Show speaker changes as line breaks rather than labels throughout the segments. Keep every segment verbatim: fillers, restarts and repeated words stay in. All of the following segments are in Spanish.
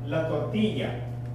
La tortilla,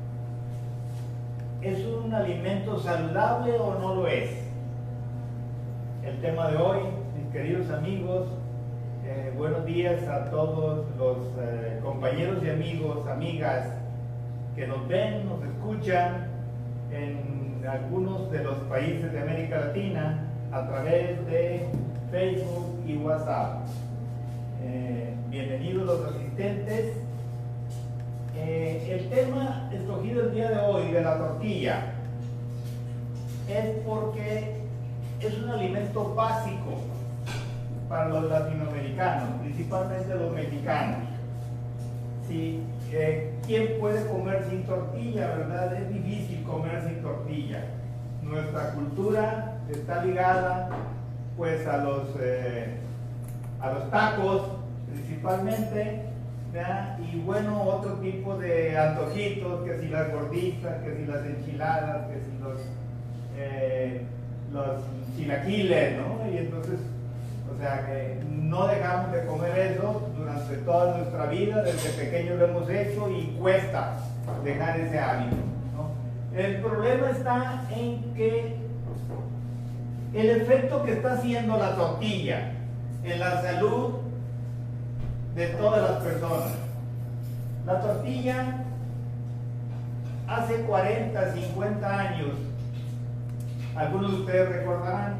¿es un alimento saludable o no lo es? El tema de hoy, mis queridos amigos, eh, buenos días a todos los eh, compañeros y amigos, amigas que nos ven, nos escuchan en algunos de los países de América Latina a través de Facebook y WhatsApp. Eh, bienvenidos los asistentes. Eh, el tema escogido el día de hoy de la tortilla es porque es un alimento básico para los latinoamericanos, principalmente los mexicanos. Sí, eh, ¿quién puede comer sin tortilla, verdad? Es difícil comer sin tortilla. Nuestra cultura está ligada pues a los, eh, a los tacos principalmente, ¿verdad? Y bueno, otro tipo de antojitos, que si las gorditas, que si las enchiladas, que si los, eh, los chilaquiles, ¿no? Y entonces, o sea, que no dejamos de comer eso durante toda nuestra vida, desde pequeños lo hemos hecho y cuesta dejar ese hábito, ¿no? El problema está en que el efecto que está haciendo la tortilla en la salud de todas las personas. La tortilla hace cuarenta, cincuenta años, algunos de ustedes recordarán,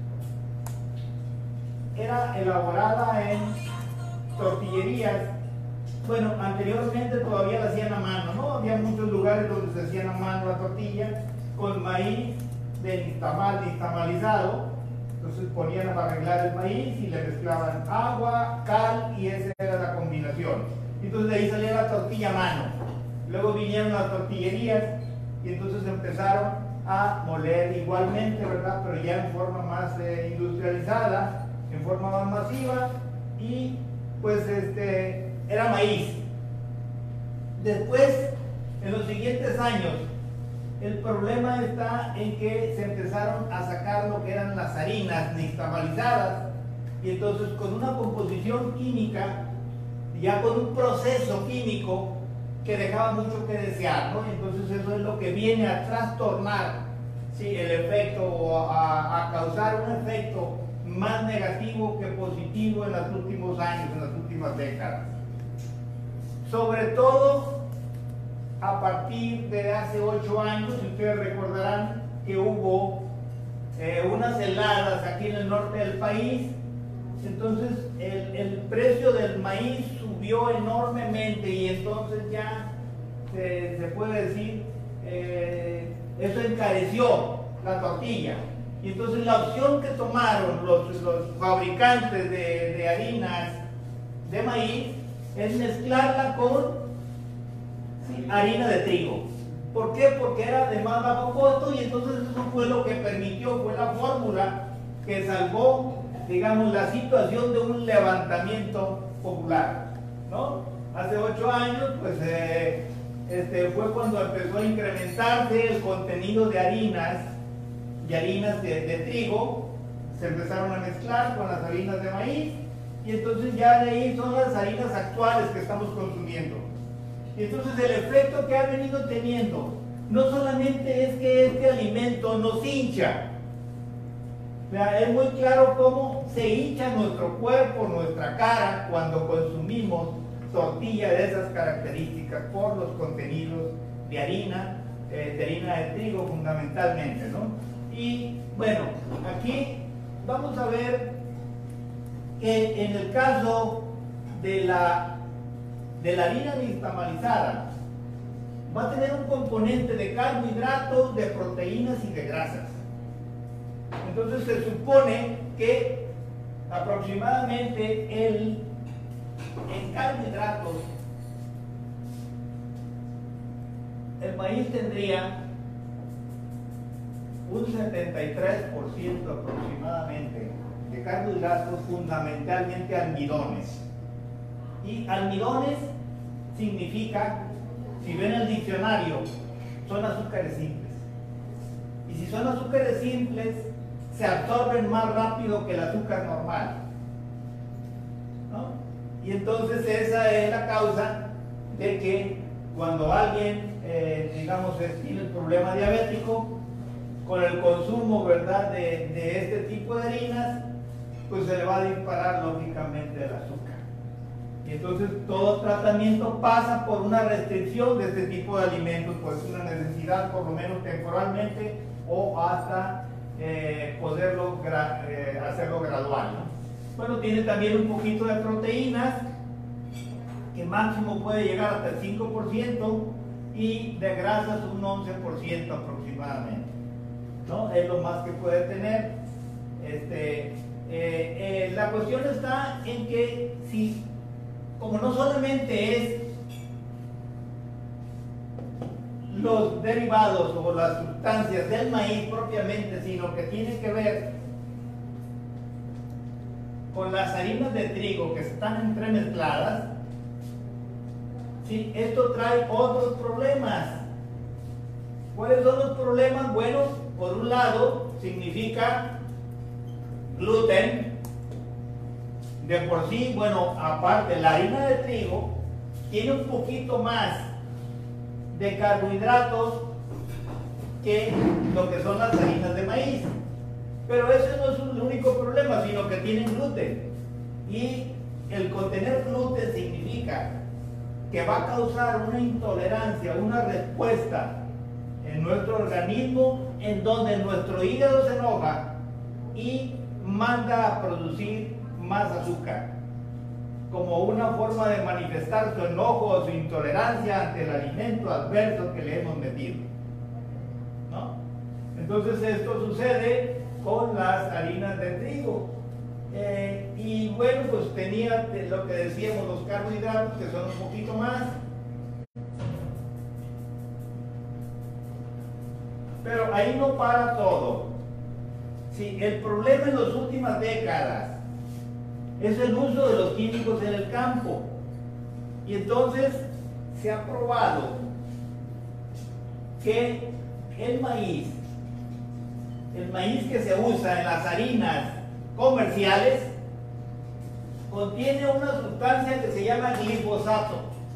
era elaborada en tortillerías. Bueno, anteriormente todavía la hacían a mano, ¿no? Había muchos lugares donde se hacían a mano la tortilla con maíz de nixtamal, nixtamalizado. Entonces ponían a arreglar el maíz y le mezclaban agua, cal y esa era la combinación. Entonces de ahí salía la tortilla a mano. Luego vinieron las tortillerías y entonces empezaron a moler igualmente, ¿verdad? Pero ya en forma más eh, industrializada, en forma más masiva, y pues este era maíz. Después, en los siguientes años, el problema está en que se empezaron a sacar lo que eran las harinas nixtamalizadas, y entonces con una composición química, ya con un proceso químico que dejaba mucho que desear, ¿no? Entonces eso es lo que viene a trastornar, ¿sí?, el efecto, o a, a causar un efecto más negativo que positivo en los últimos años, en las últimas décadas. Sobre todo a partir de hace ocho años, ustedes recordarán que hubo eh, unas heladas aquí en el norte del país. Entonces el, el precio del maíz subió enormemente y entonces ya se, se puede decir, eh, eso encareció la tortilla. Y entonces la opción que tomaron los, los fabricantes de, de harinas de maíz es mezclarla con ¿sí?, harina de trigo. ¿Por qué? Porque era de más bajo costo y entonces eso fue lo que permitió, fue la fórmula que salvó, digamos, la situación de un levantamiento popular, ¿no? Hace ocho años, pues, eh, este, fue cuando empezó a incrementarse el contenido de harinas y harinas de, de trigo, se empezaron a mezclar con las harinas de maíz y entonces ya de ahí son las harinas actuales que estamos consumiendo. Y entonces el efecto que ha venido teniendo no solamente es que este alimento nos hincha. Es muy claro cómo se hincha nuestro cuerpo, nuestra cara, cuando consumimos tortilla de esas características por los contenidos de harina, eh, de harina de trigo fundamentalmente, ¿no? Y bueno, aquí vamos a ver que en el caso de la, de la harina nixtamalizada va a tener un componente de carbohidratos, de proteínas y de grasas. Entonces se supone que aproximadamente el, en carbohidratos el maíz tendría un setenta y tres por ciento aproximadamente de carbohidratos, fundamentalmente almidones. Y almidones significa, si ven el diccionario, son azúcares simples. Y si son azúcares simples, se absorben más rápido que el azúcar normal, ¿no? Y entonces esa es la causa de que cuando alguien, eh, digamos, tiene el problema diabético, con el consumo, ¿verdad?, de, de este tipo de harinas, pues se le va a disparar lógicamente el azúcar. Y entonces todo tratamiento pasa por una restricción de este tipo de alimentos, pues una necesidad por lo menos temporalmente o hasta eh, poderlo gra eh, hacerlo gradual, ¿no? Bueno, tiene también un poquito de proteínas, que máximo puede llegar hasta el cinco por ciento, y de grasas un once por ciento aproximadamente, ¿no? Es lo más que puede tener. Este, eh, eh, la cuestión está en que si, como no solamente es los derivados o las sustancias del maíz propiamente, sino que tiene que ver con las harinas de trigo que están entremezcladas, ¿sí? Esto trae otros problemas. ¿Cuáles son los problemas? Bueno, por un lado, significa gluten. De por sí, bueno, aparte, la harina de trigo tiene un poquito más de carbohidratos que lo que son las harinas de maíz. Pero ese no es el único problema, sino que tienen gluten. Y el contener gluten significa que va a causar una intolerancia, una respuesta en nuestro organismo, en donde nuestro hígado se enoja y manda a producir más azúcar, como una forma de manifestar su enojo o su intolerancia ante el alimento adverso que le hemos metido, ¿no? Entonces esto sucede con las harinas de trigo. Eh, y bueno, pues tenía lo que decíamos, los carbohidratos, que son un poquito más. Pero ahí no para todo. Sí, el problema en las últimas décadas es el uso de los químicos en el campo. Y entonces se ha probado que el maíz, el maíz que se usa en las harinas comerciales, contiene una sustancia que se llama glifosato.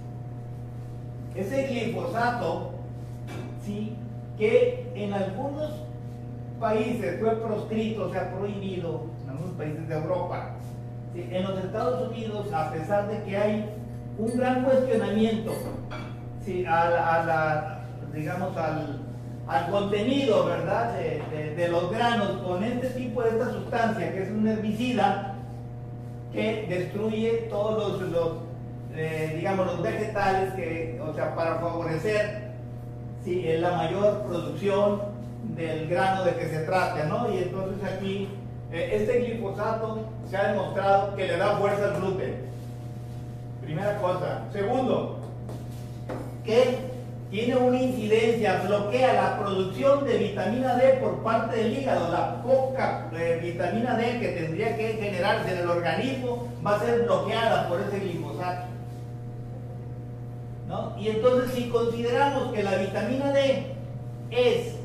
Ese glifosato, sí, que en algunos países fue proscrito, o sea, prohibido, en algunos países de Europa. Sí, en los Estados Unidos, a pesar de que hay un gran cuestionamiento, sí, a la, a la, digamos, al, al contenido, ¿verdad?, de, de, de los granos con este tipo de esta sustancia, que es un herbicida que destruye todos los, los eh, digamos, los vegetales, que, o sea, para favorecer, sí, la mayor producción del grano de que se trate, ¿no? Y entonces aquí, eh, este glifosato se ha demostrado que le da fuerza al gluten. Primera cosa. Segundo, que tiene una incidencia, bloquea la producción de vitamina D por parte del hígado. La poca eh, vitamina D que tendría que generarse en el organismo va a ser bloqueada por ese glifosato, ¿no? Y entonces, si consideramos que la vitamina D es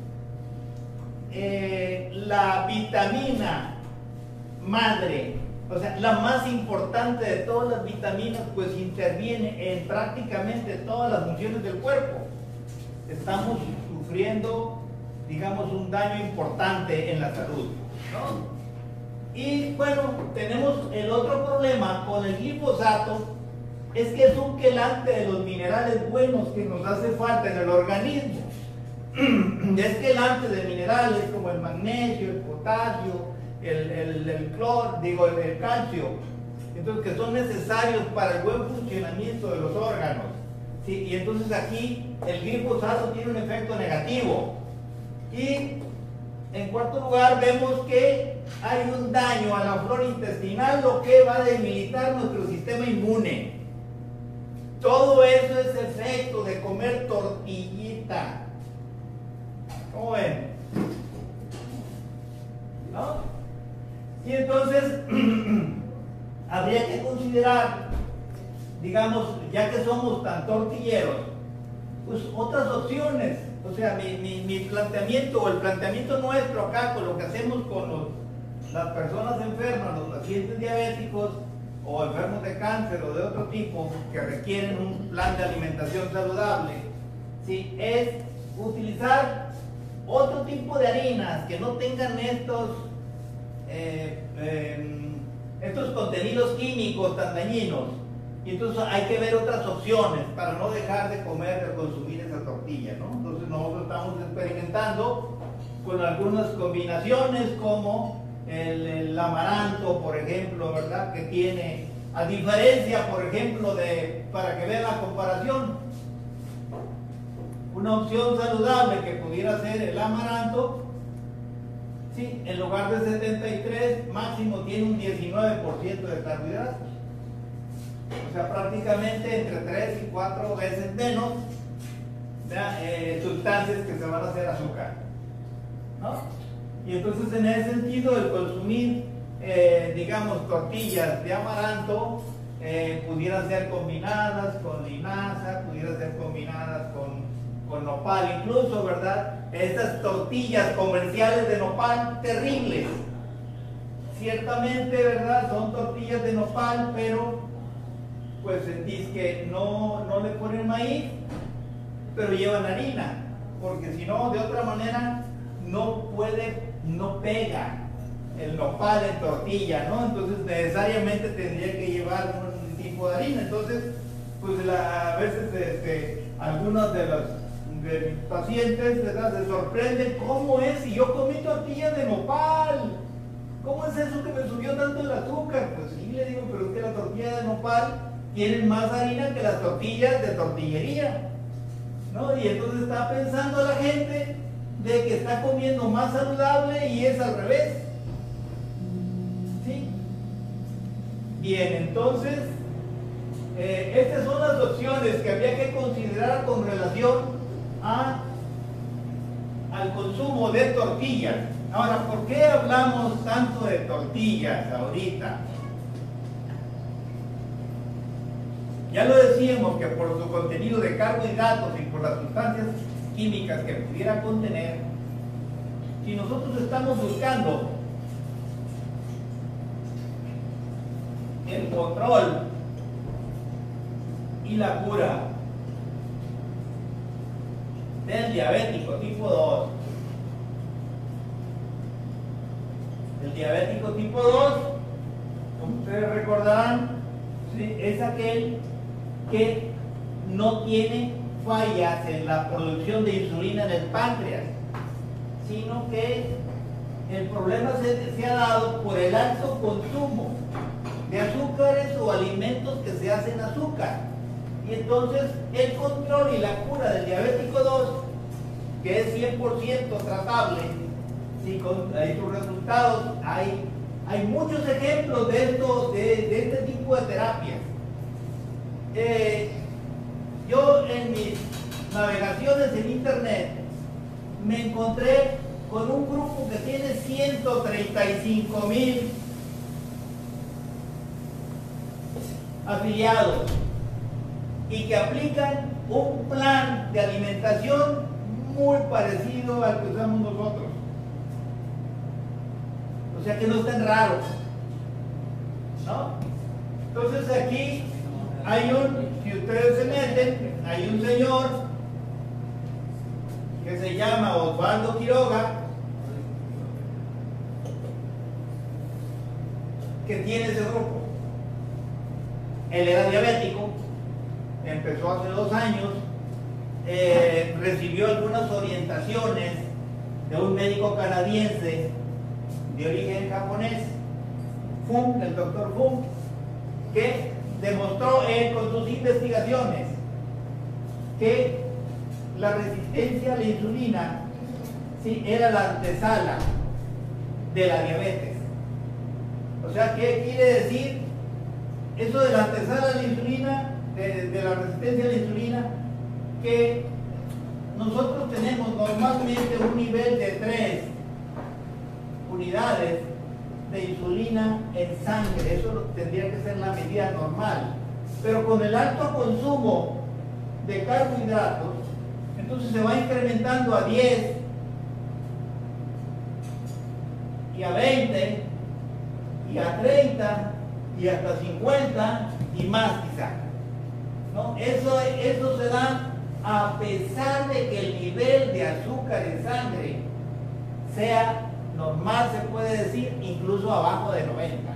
eh, la vitamina madre, o sea, la más importante de todas las vitaminas, pues interviene en prácticamente todas las funciones del cuerpo, estamos sufriendo, digamos, un daño importante en la salud, ¿no? Y bueno, tenemos el otro problema con el glifosato, es que es un quelante de los minerales buenos que nos hace falta en el organismo. Es quelante de minerales como el magnesio, el potasio, el, el, el cloro, digo, el, el calcio, entonces, que son necesarios para el buen funcionamiento de los órganos, ¿sí? Y entonces aquí el glifosato tiene un efecto negativo. Y en cuarto lugar, vemos que hay un daño a la flora intestinal, lo que va a debilitar nuestro sistema inmune. Todo eso es efecto de comer tortillita. ¿Cómo ven? ¿No? Y entonces habría que considerar, digamos, ya que somos tan tortilleros, pues otras opciones. O sea, mi, mi, mi planteamiento o el planteamiento nuestro acá con lo que hacemos con los, las personas enfermas, los pacientes diabéticos, o enfermos de cáncer o de otro tipo que requieren un plan de alimentación saludable, ¿sí?, es utilizar otro tipo de harinas que no tengan estos eh, eh, estos contenidos químicos tan dañinos. Y entonces hay que ver otras opciones para no dejar de comer, de consumir esa tortilla, ¿no? Entonces nosotros estamos experimentando con algunas combinaciones como el, el amaranto, por ejemplo, ¿verdad?, que tiene, a diferencia, por ejemplo, de, para que vean la comparación, una opción saludable que pudiera ser el amaranto, ¿sí?, en lugar de setenta y tres, máximo tiene un diecinueve por ciento de carbohidratos. O sea, prácticamente entre tres y cuatro veces menos eh, sustancias que se van a hacer azúcar, ¿no? Y entonces, en ese sentido, el consumir, eh, digamos, tortillas de amaranto eh, pudieran ser combinadas con linaza, pudieran ser combinadas con, con nopal, incluso, ¿verdad? Estas tortillas comerciales de nopal, terribles. Ciertamente, ¿verdad?, son tortillas de nopal, pero pues sentís que no, no le ponen maíz, pero llevan harina, porque si no, de otra manera, no puede, no pega el nopal en tortilla, ¿no? Entonces necesariamente tendría que llevar un tipo de harina. Entonces, pues la, a veces este, algunos de los de mis pacientes, ¿verdad?, se sorprenden: ¿cómo es si yo comí tortilla de nopal? ¿Cómo es eso que me subió tanto el azúcar? Pues sí, le digo, pero es que la tortilla de nopal tienen más harina que las tortillas de tortillería, ¿no? Y entonces está pensando la gente de que está comiendo más saludable y es al revés, ¿sí? Bien, entonces eh, estas son las opciones que había que considerar con relación a, al consumo de tortillas. Ahora, ¿por qué hablamos tanto de tortillas ahorita? Ya lo decíamos, que por su contenido de carbohidratos y por las sustancias químicas que pudiera contener, si nosotros estamos buscando el control y la cura del diabético tipo dos, el diabético tipo dos, como ustedes recordarán, ¿sí?, es aquel que no tiene fallas en la producción de insulina en el páncreas, sino que el problema se, se ha dado por el alto consumo de azúcares o alimentos que se hacen azúcar. Y entonces el control y la cura del diabético dos, que es cien por ciento tratable, si con eh, sus resultados, hay, hay muchos ejemplos de, esto, de, de este tipo de terapias. Eh, yo en mis navegaciones en internet me encontré con un grupo que tiene ciento treinta y cinco mil afiliados y que aplican un plan de alimentación muy parecido al que usamos nosotros. O sea que no están raros, ¿no? Entonces aquí hay un, si ustedes se meten, hay un señor que se llama Osvaldo Quiroga, que tiene ese grupo. Él era diabético, empezó hace dos años, eh, recibió algunas orientaciones de un médico canadiense de origen japonés, Fung, el doctor Fung, que demostró él con sus investigaciones que la resistencia a la insulina, sí, era la antesala de la diabetes. O sea, ¿qué quiere decir eso de la antesala de la insulina, de, de la resistencia a la insulina? Que nosotros tenemos normalmente un nivel de tres unidades de insulina en sangre. Eso tendría que ser la medida normal, pero con el alto consumo de carbohidratos, entonces se va incrementando a diez y a veinte y a treinta y hasta cincuenta y más quizá, ¿no? Eso, eso se da a pesar de que el nivel de azúcar en sangre sea normal, se puede decir, incluso abajo de noventa.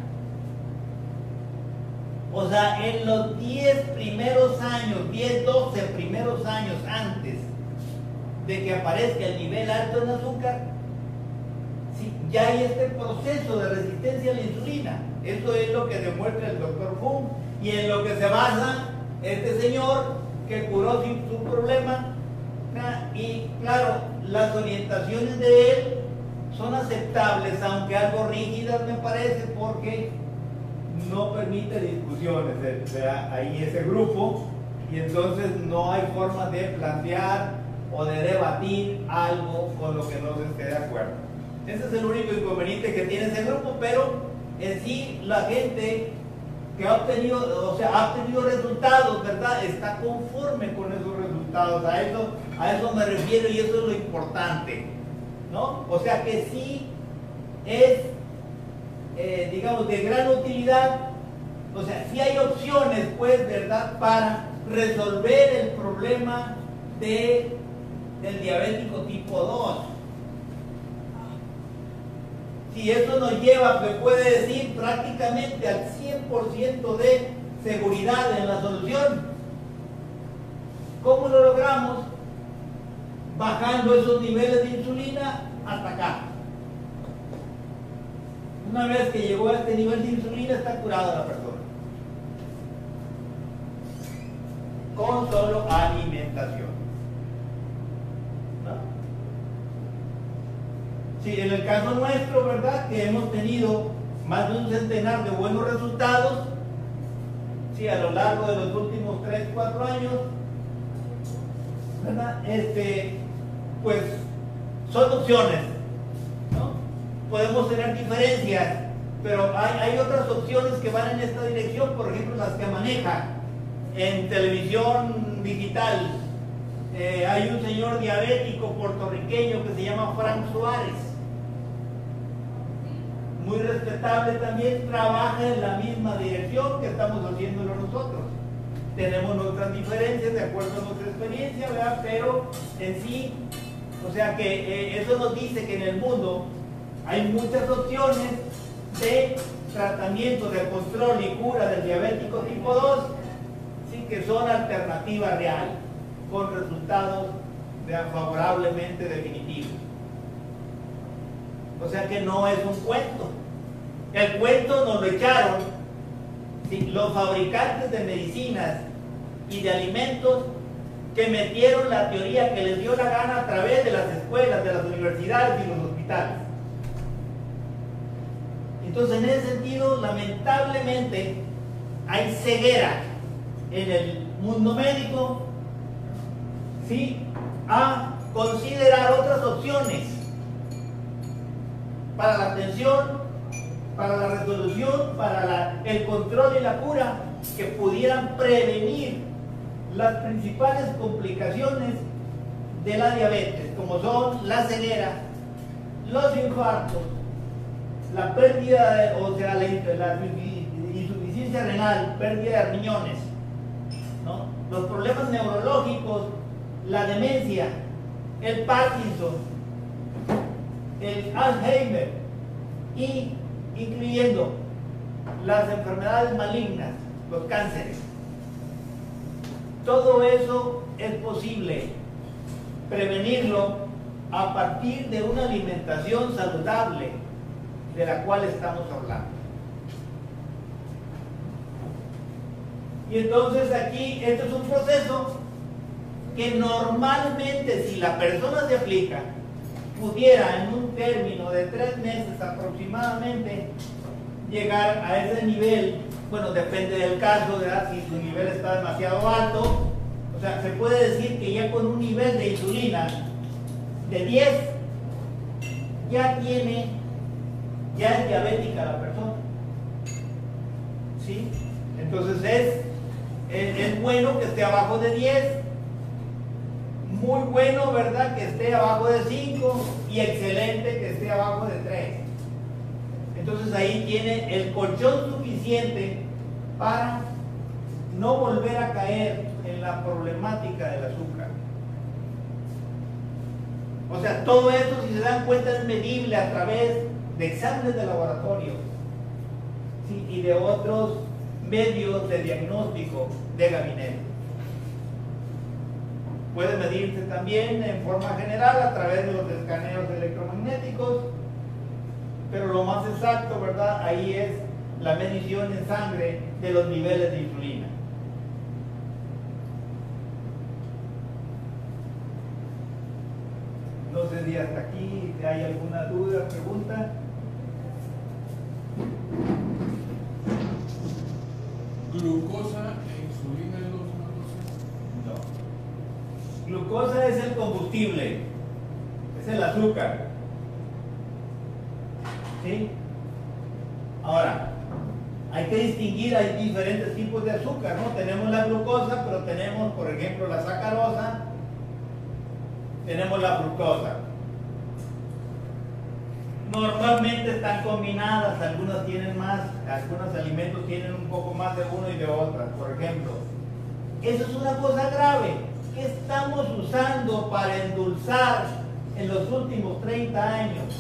O sea, en los diez primeros años, diez, doce primeros años antes de que aparezca el nivel alto en azúcar, sí, ya hay este proceso de resistencia a la insulina. Eso es lo que demuestra el doctor Fung y en lo que se basa este señor que curó su, su problema. Y claro, las orientaciones de él son aceptables, aunque algo rígidas me parece, porque no permite discusiones, o sea, ahí ese grupo, y entonces no hay forma de plantear o de debatir algo con lo que no se esté de acuerdo. Ese es el único inconveniente que tiene ese grupo, pero en sí la gente que ha obtenido, o sea, ha obtenido resultados, ¿verdad? Está conforme con esos resultados, a eso, a eso me refiero y eso es lo importante, ¿no? O sea que sí es, eh, digamos, de gran utilidad, o sea, sí hay opciones, pues, ¿verdad?, para resolver el problema de, del diabético tipo dos. Si eso nos lleva, se puede decir, prácticamente al cien por ciento de seguridad en la solución. ¿Cómo lo logramos? Bajando esos niveles de insulina hasta acá. Una vez que llegó a este nivel de insulina, está curada la persona. Con solo alimentación. Sí, en el caso nuestro, ¿verdad?, que hemos tenido más de un centenar de buenos resultados, sí, a lo largo de los últimos tres, cuatro años, ¿verdad? Este, pues, son opciones, ¿no? Podemos tener diferencias, pero hay, hay otras opciones que van en esta dirección, por ejemplo, las que maneja en televisión digital. Eh, hay un señor diabético puertorriqueño que se llama Frank Suárez, muy respetable también, trabaja en la misma dirección que estamos haciéndolo nosotros. Tenemos nuestras diferencias de acuerdo a nuestra experiencia, ¿verdad? Pero en sí, o sea que eh, eso nos dice que en el mundo hay muchas opciones de tratamiento, de control y cura del diabético tipo dos, sí, que son alternativa real, con resultados de, favorablemente definitivos. O sea que no es un cuento. El cuento nos lo echaron, ¿sí?, los fabricantes de medicinas y de alimentos que metieron la teoría que les dio la gana a través de las escuelas, de las universidades y los hospitales. Entonces, en ese sentido, lamentablemente, hay ceguera en el mundo médico, ¿sí?, a considerar otras opciones para la atención, para la resolución, para la, el control y la cura, que pudieran prevenir las principales complicaciones de la diabetes, como son la ceguera, los infartos, la pérdida, de, o sea, la, la insuficiencia renal, pérdida de riñones, ¿no?, los problemas neurológicos, la demencia, el Parkinson, el Alzheimer, y incluyendo las enfermedades malignas, los cánceres. Todo eso es posible prevenirlo a partir de una alimentación saludable de la cual estamos hablando. Y entonces aquí, este es un proceso que normalmente, si la persona se aplica, pudiera en un término de tres meses aproximadamente llegar a ese nivel. Bueno, depende del caso, ¿verdad? Si su nivel está demasiado alto, o sea, se puede decir que ya con un nivel de insulina de diez, ya tiene, ya es diabética la persona, ¿sí? Entonces es, es, es bueno que esté abajo de diez, muy bueno, ¿verdad?, que esté abajo de cinco, y excelente que esté abajo de tres. Entonces ahí tiene el colchón suficiente suficiente para no volver a caer en la problemática del azúcar. O sea, todo esto, si se dan cuenta, es medible a través de exámenes de laboratorio, ¿sí? Y de otros medios de diagnóstico de gabinete. Puede medirse también en forma general a través de los escaneos electromagnéticos, pero lo más exacto, ¿verdad? Ahí es la medición en sangre de los niveles de insulina. No sé si hasta aquí hay alguna duda, pregunta.
¿Glucosa e insulina es una cosa?
No. Glucosa es el combustible, es el azúcar. ¿Sí? Ahora, hay que distinguir, hay diferentes tipos de azúcar, ¿no? Tenemos la glucosa, pero tenemos, por ejemplo, la sacarosa, tenemos la fructosa. Normalmente están combinadas, algunas tienen más, algunos alimentos tienen un poco más de uno y de otra. Por ejemplo, eso es una cosa grave. ¿Qué estamos usando para endulzar en los últimos treinta años?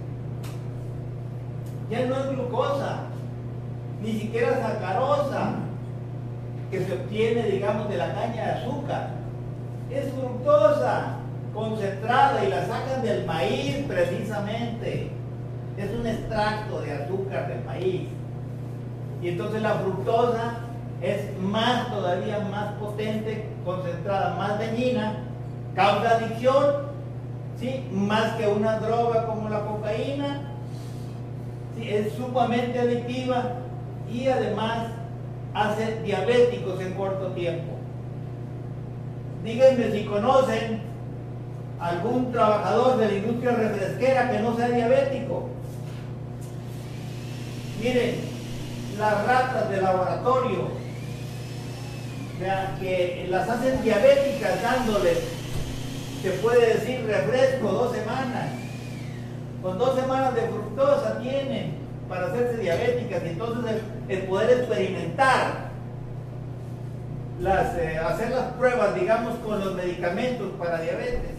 Ya no es glucosa, ni siquiera sacarosa, que se obtiene, digamos, de la caña de azúcar. Es fructosa concentrada y la sacan del maíz precisamente. Es un extracto de azúcar del maíz. Y entonces la fructosa es más, todavía más potente, concentrada, más dañina, causa adicción, ¿sí? Más que una droga como la cocaína, ¿sí? Es sumamente adictiva y además hace diabéticos en corto tiempo. Díganme si conocen algún trabajador de la industria refresquera que no sea diabético. Miren, las ratas de laboratorio, o sea, que las hacen diabéticas dándoles, se puede decir, refresco dos semanas. Con dos semanas de fructosa tienen para hacerse diabéticas, y entonces el, el poder experimentar, las, eh, hacer las pruebas, digamos, con los medicamentos para diabetes.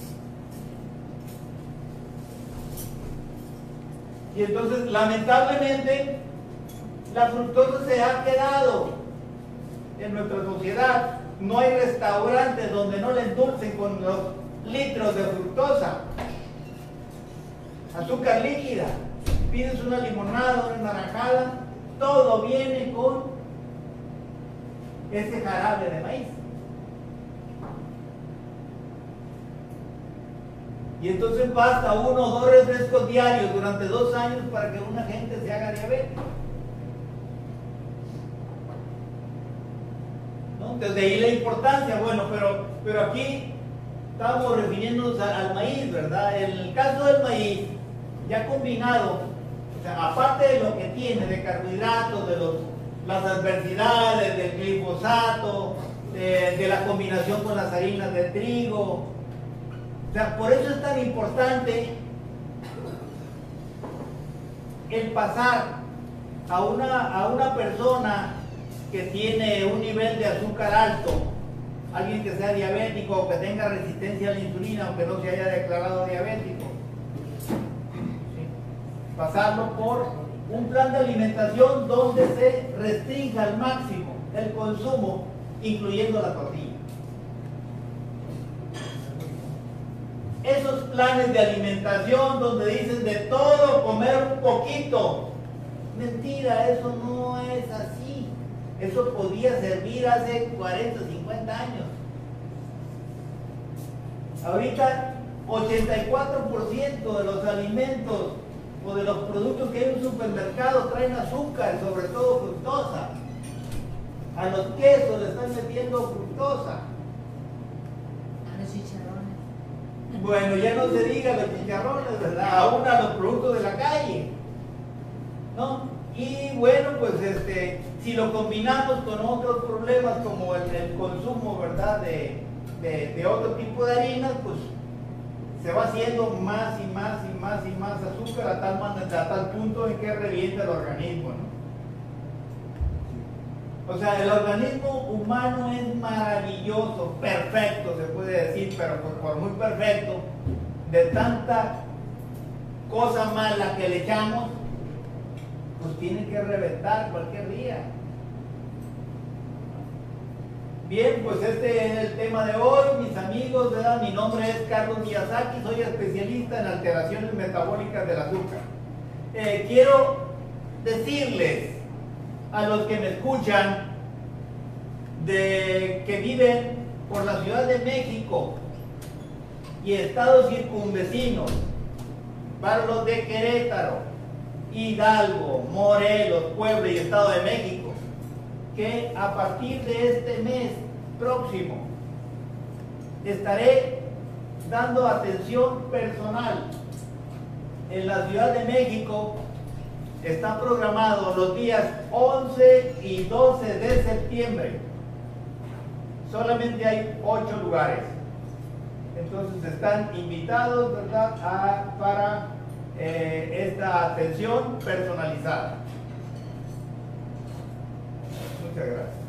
Y entonces, lamentablemente, la fructosa se ha quedado en nuestra sociedad. No hay restaurantes donde no le endulcen con los litros de fructosa. Azúcar líquida. Pides una limonada, una naranjada, todo viene con ese jarabe de maíz. Y entonces basta uno o dos refrescos diarios durante dos años para que una gente se haga diabética. ¿No? Desde ahí la importancia, bueno, pero, pero aquí estamos refiriéndonos al maíz, ¿verdad? En el caso del maíz, ya combinado, o sea, aparte de lo que tiene de carbohidratos, de los, las adversidades del glifosato, de, de la combinación con las harinas de trigo. O sea, por eso es tan importante el pasar a una, a una persona que tiene un nivel de azúcar alto, alguien que sea diabético o que tenga resistencia a la insulina, aunque no se haya declarado diabético, ¿sí? Pasarlo por un plan de alimentación donde se restrinja al máximo el consumo, incluyendo la tortilla. Esos planes de alimentación donde dicen de todo comer un poquito, mentira, eso no es así. Eso podía servir hace cuarenta, cincuenta años. Ahorita ochenta y cuatro por ciento de los alimentos o de los productos que hay en un supermercado traen azúcar, sobre todo fructosa. A los quesos le están metiendo fructosa.
A los chicharrones.
Bueno, ya no se diga los chicharrones, ¿verdad? Aún a los productos de la calle, ¿no? Y bueno, pues este, si lo combinamos con otros problemas como el, el consumo, ¿verdad? De, de, de otro tipo de harinas, pues se va haciendo más y más y más y más azúcar a tal, a tal punto en que revienta el organismo, ¿no? O sea, el organismo humano es maravilloso, perfecto, se puede decir, pero por, por muy perfecto, de tanta cosa mala que le echamos, pues tiene que reventar cualquier día. Bien, pues este es el tema de hoy, mis amigos, ¿verdad? Mi nombre es Carlos Miyazaki, soy especialista en alteraciones metabólicas del azúcar. Eh, quiero decirles a los que me escuchan de que viven por la Ciudad de México y estados circunvecinos, para los de Querétaro, Hidalgo, Morelos, Puebla y Estado de México, que a partir de este mes próximo estaré dando atención personal en la Ciudad de México. Está programado los días once y doce de septiembre. Solamente hay ocho lugares. Entonces están invitados, ¿verdad?, a, para eh, esta atención personalizada. Muchas gracias.